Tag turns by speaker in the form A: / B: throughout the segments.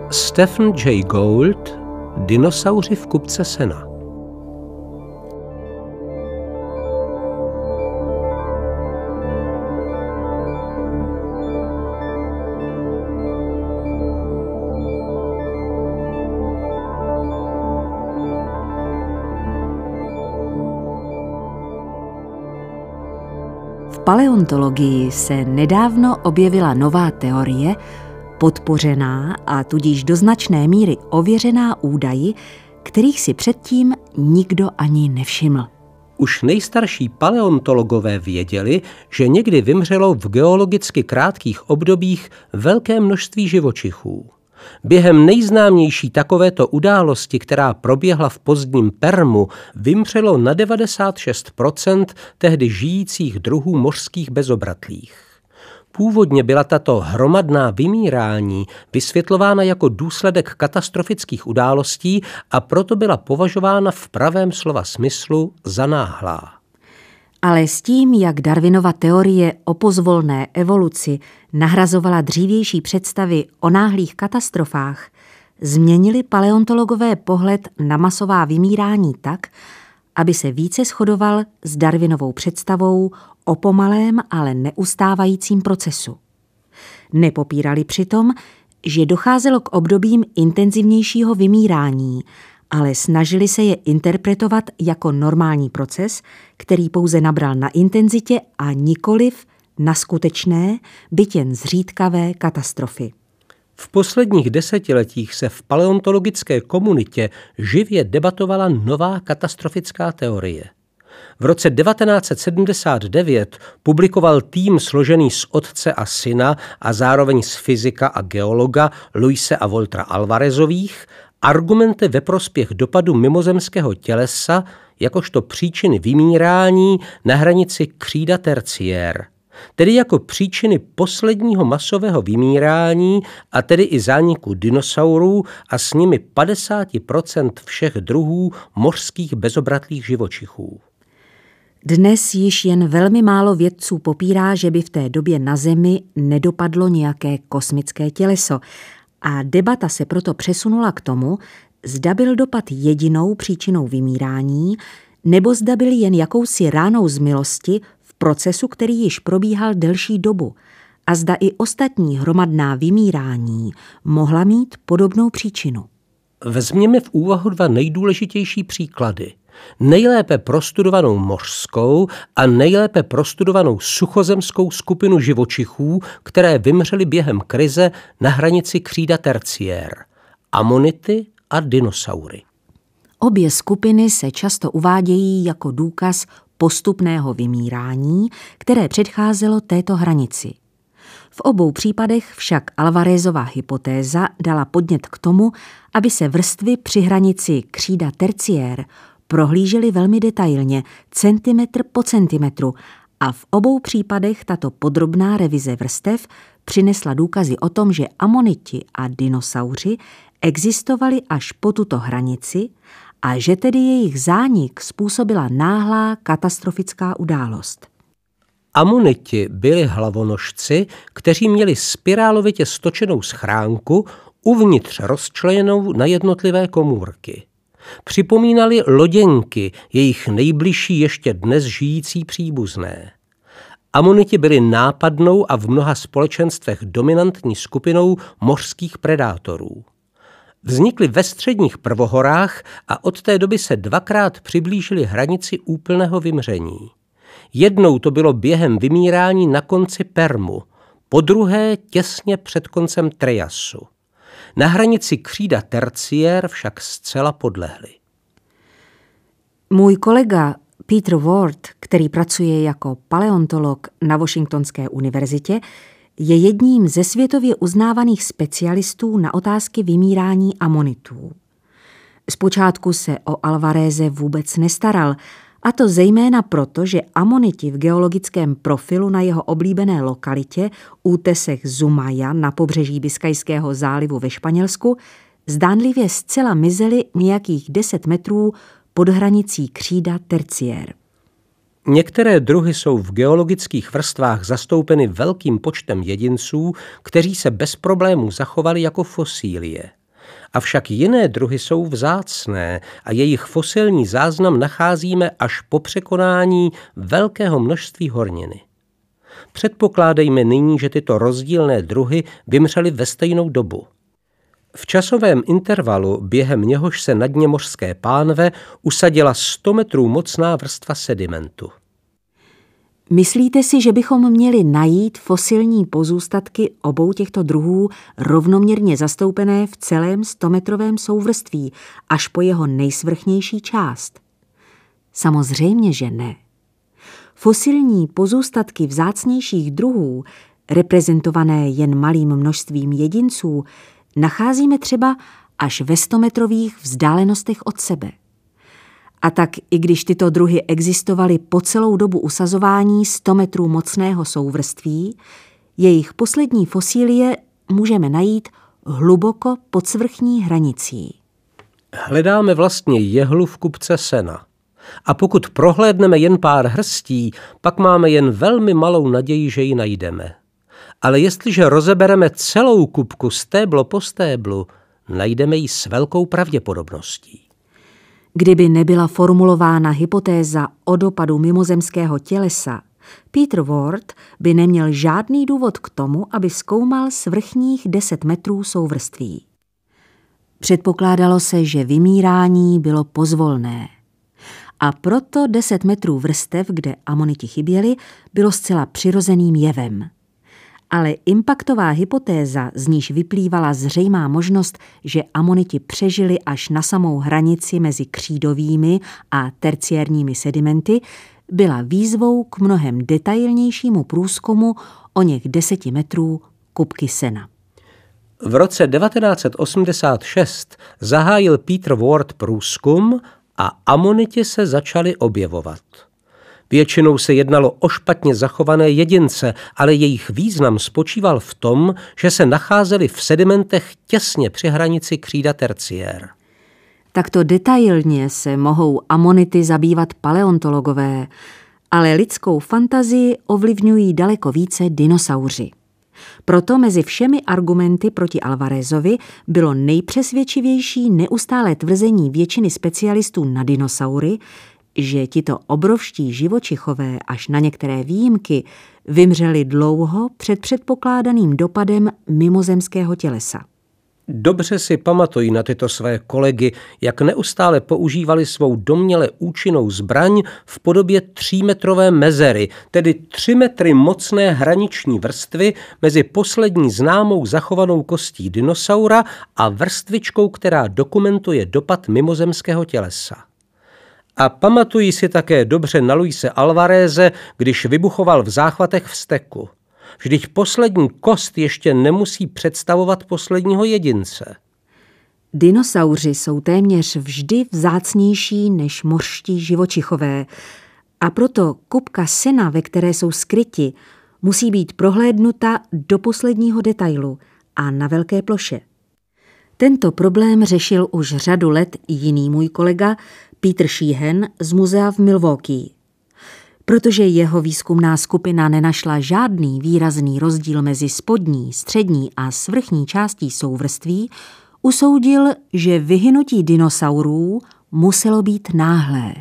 A: Stephen Jay Gould, Dinosauři v kupce sena.
B: V paleontologii se nedávno objevila nová teorie, podpořená a tudíž do značné míry ověřená údaji, kterých si předtím nikdo ani nevšiml.
A: Už nejstarší paleontologové věděli, že někdy vymřelo v geologicky krátkých obdobích velké množství živočichů. Během nejznámější takovéto události, která proběhla v pozdním Permu, vymřelo na 96% tehdy žijících druhů mořských bezobratlých. Původně byla tato hromadná vymírání vysvětlována jako důsledek katastrofických událostí a proto byla považována v pravém slova smyslu za náhlá.
B: Ale s tím, jak Darwinova teorie o pozvolné evoluci nahrazovala dřívější představy o náhlých katastrofách, změnili paleontologové pohled na masová vymírání tak, aby se více shodoval s Darwinovou představou o pomalém, ale neustávajícím procesu. Nepopírali přitom, že docházelo k obdobím intenzivnějšího vymírání, ale snažili se je interpretovat jako normální proces, který pouze nabral na intenzitě a nikoliv na skutečné, byť jen zřídkavé katastrofy.
A: V posledních desetiletích se v paleontologické komunitě živě debatovala nová katastrofická teorie. V roce 1979 publikoval tým složený z otce a syna a zároveň z fyzika a geologa Luise a Waltera Alvarezových argumenty ve prospěch dopadu mimozemského tělesa jakožto příčiny vymírání na hranici křída tertiaire, tedy jako příčiny posledního masového vymírání a tedy i zániku dinosaurů a s nimi 50% všech druhů mořských bezobratlých živočichů.
B: Dnes již jen velmi málo vědců popírá, že by v té době na Zemi nedopadlo nějaké kosmické těleso a debata se proto přesunula k tomu, zda byl dopad jedinou příčinou vymírání, nebo zda byl jen jakousi ránou z milosti v procesu, který již probíhal delší dobu a zda i ostatní hromadná vymírání mohla mít podobnou příčinu.
A: Vezměme v úvahu dva nejdůležitější příklady. Nejlépe prostudovanou mořskou a nejlépe prostudovanou suchozemskou skupinu živočichů, které vymřely během krize na hranici křída tertiaire. Amonity a dinosaury.
B: Obě skupiny se často uvádějí jako důkaz postupného vymírání, které předcházelo této hranici. V obou případech však Alvarezova hypotéza dala podnět k tomu, aby se vrstvy při hranici křída tertiaire prohlížely velmi detailně, centimetr po centimetru, a v obou případech tato podrobná revize vrstev přinesla důkazy o tom, že amoniti a dinosauři existovali až po tuto hranici a že tedy jejich zánik způsobila náhlá katastrofická událost.
A: Amoniti byli hlavonožci, kteří měli spirálovitě stočenou schránku, uvnitř rozčleněnou na jednotlivé komůrky. Připomínali loděnky, jejich nejbližší ještě dnes žijící příbuzné. Amoniti byli nápadnou a v mnoha společenstvech dominantní skupinou mořských predátorů. Vznikli ve středních prvohorách a od té doby se dvakrát přiblížili hranici úplného vymření. Jednou to bylo během vymírání na konci Permu, podruhé těsně před koncem Triasu. Na hranici křída tertiaire však zcela podlehli.
B: Můj kolega Peter Ward, který pracuje jako paleontolog na Washingtonské univerzitě, je jedním ze světově uznávaných specialistů na otázky vymírání amonitů. Zpočátku se o Alvareze vůbec nestaral, a to zejména proto, že amoniti v geologickém profilu na jeho oblíbené lokalitě útesech Zumaia na pobřeží Biskajského zálivu ve Španělsku zdánlivě zcela mizely nějakých 10 metrů pod hranicí křída tertiaire.
A: Některé druhy jsou v geologických vrstvách zastoupeny velkým počtem jedinců, kteří se bez problémů zachovali jako fosílie. Avšak jiné druhy jsou vzácné a jejich fosilní záznam nacházíme až po překonání velkého množství horniny. Předpokládejme nyní, že tyto rozdílné druhy vymřely ve stejnou dobu. V časovém intervalu, během něhož se na dně mořské pánve usadila 100 metrů mocná vrstva sedimentu.
B: Myslíte si, že bychom měli najít fosilní pozůstatky obou těchto druhů rovnoměrně zastoupené v celém 100metrovém souvrství až po jeho nejsvrchnější část? Samozřejmě, že ne. Fosilní pozůstatky vzácnějších druhů, reprezentované jen malým množstvím jedinců, nacházíme třeba až ve 100metrových vzdálenostech od sebe. A tak i když tyto druhy existovaly po celou dobu usazování 100 metrů mocného souvrství, jejich poslední fosílie můžeme najít hluboko pod svrchní hranicí.
A: Hledáme vlastně jehlu v kupce sena. A pokud prohlédneme jen pár hrstí, pak máme jen velmi malou naději, že ji najdeme. Ale jestliže rozebereme celou kupku stéblo po stéblu, najdeme ji s velkou pravděpodobností.
B: Kdyby nebyla formulována hypotéza o dopadu mimozemského tělesa, Peter Ward by neměl žádný důvod k tomu, aby zkoumal svrchních 10 metrů souvrství. Předpokládalo se, že vymírání bylo pozvolné. A proto 10 metrů vrstev, kde amoniti chyběly, bylo zcela přirozeným jevem. Ale impaktová hypotéza, z níž vyplývala zřejmá možnost, že amoniti přežili až na samou hranici mezi křídovými a terciárními sedimenty, byla výzvou k mnohem detailnějšímu průzkumu oněch 10 metrů kupky sena.
A: V roce 1986 zahájil Peter Ward průzkum a amoniti se začaly objevovat. Většinou se jednalo o špatně zachované jedince, ale jejich význam spočíval v tom, že se nacházely v sedimentech těsně při hranici křída terciér.
B: Takto detailně se mohou amonity zabývat paleontologové, ale lidskou fantazii ovlivňují daleko více dinosauři. Proto mezi všemi argumenty proti Alvarezovi bylo nejpřesvědčivější neustálé tvrzení většiny specialistů na dinosaury, že tito obrovští živočichové až na některé výjimky vymřeli dlouho před předpokládaným dopadem mimozemského tělesa.
A: Dobře si pamatují na tyto své kolegy, jak neustále používali svou domněle účinnou zbraň v podobě 3metrové mezery, tedy 3 metry mocné hraniční vrstvy mezi poslední známou zachovanou kostí dinosaura a vrstvičkou, která dokumentuje dopad mimozemského tělesa. A pamatují si také dobře na Luise Alvareze, když vybuchoval v záchvatech vzteku. Vždyť poslední kost ještě nemusí představovat posledního jedince.
B: Dinosauři jsou téměř vždy vzácnější než mořští živočichové a proto kupka sena, ve které jsou skryti, musí být prohlédnuta do posledního detailu a na velké ploše. Tento problém řešil už řadu let jiný můj kolega Peter Sheehan z muzea v Milwaukee. Protože jeho výzkumná skupina nenašla žádný výrazný rozdíl mezi spodní, střední a svrchní částí souvrství, usoudil, že vyhynutí dinosaurů muselo být náhlé.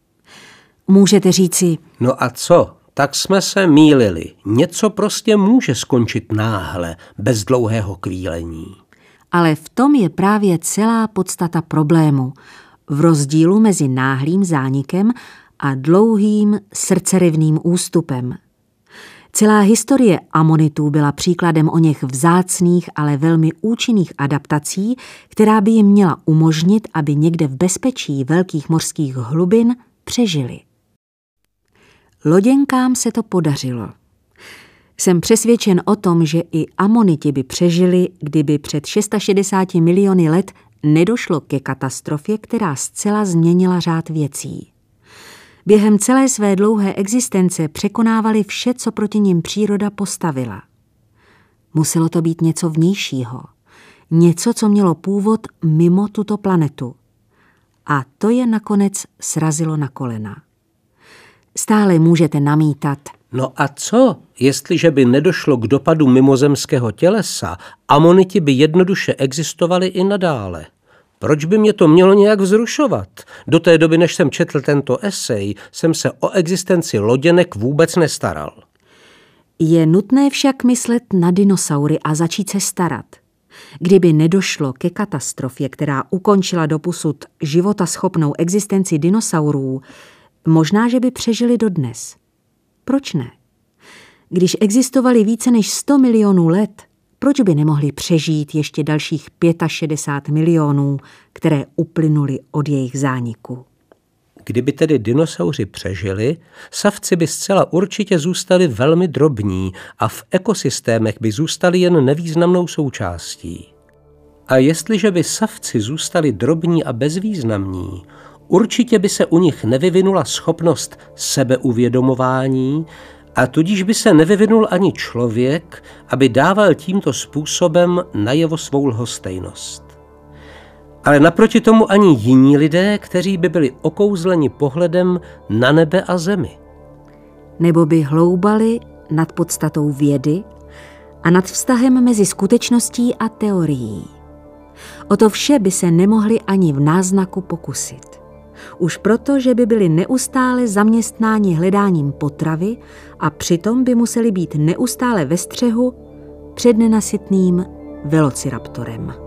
B: Můžete říci...
A: No a co? Tak jsme se mýlili. Něco prostě může skončit náhle, bez dlouhého kvílení.
B: Ale v tom je právě celá podstata problému. V rozdílu mezi náhlým zánikem a dlouhým srdcerivným ústupem. Celá historie amonitů byla příkladem oněch vzácných, ale velmi účinných adaptací, která by jim měla umožnit, aby někde v bezpečí velkých mořských hlubin přežili. Loděnkám se to podařilo. Jsem přesvědčen o tom, že i amoniti by přežili, kdyby před 660 miliony let nedošlo ke katastrofě, která zcela změnila řád věcí. Během celé své dlouhé existence překonávali vše, co proti nim příroda postavila. Muselo to být něco vnějšího, něco, co mělo původ mimo tuto planetu. A to je nakonec srazilo na kolena. Stále můžete namítat.
A: No a co, jestliže by nedošlo k dopadu mimozemského tělesa, amoniti by jednoduše existovaly i nadále? Proč by mě to mělo nějak vzrušovat? Do té doby, než jsem četl tento esej, jsem se o existenci loděnek vůbec nestaral.
B: Je nutné však myslet na dinosaury a začít se starat. Kdyby nedošlo ke katastrofě, která ukončila doposud životaschopnou existenci dinosaurů, možná, že by přežili dodnes. Proč ne? Když existovali více než 100 milionů let, proč by nemohli přežít ještě dalších 65 milionů, které uplynuly od jejich zániku?
A: Kdyby tedy dinosauři přežili, savci by zcela určitě zůstali velmi drobní a v ekosystémech by zůstali jen nevýznamnou součástí. A jestliže by savci zůstali drobní a bezvýznamní, určitě by se u nich nevyvinula schopnost sebeuvědomování a tudíž by se nevyvinul ani člověk, aby dával tímto způsobem najevo svou lhostejnost. Ale naproti tomu ani jiní lidé, kteří by byli okouzleni pohledem na nebe a zemi.
B: Nebo by hloubali nad podstatou vědy a nad vztahem mezi skutečností a teorií. O to vše by se nemohli ani v náznaku pokusit. Už proto, že by byli neustále zaměstnáni hledáním potravy a přitom by museli být neustále ve střehu před nenasytným velociraptorem.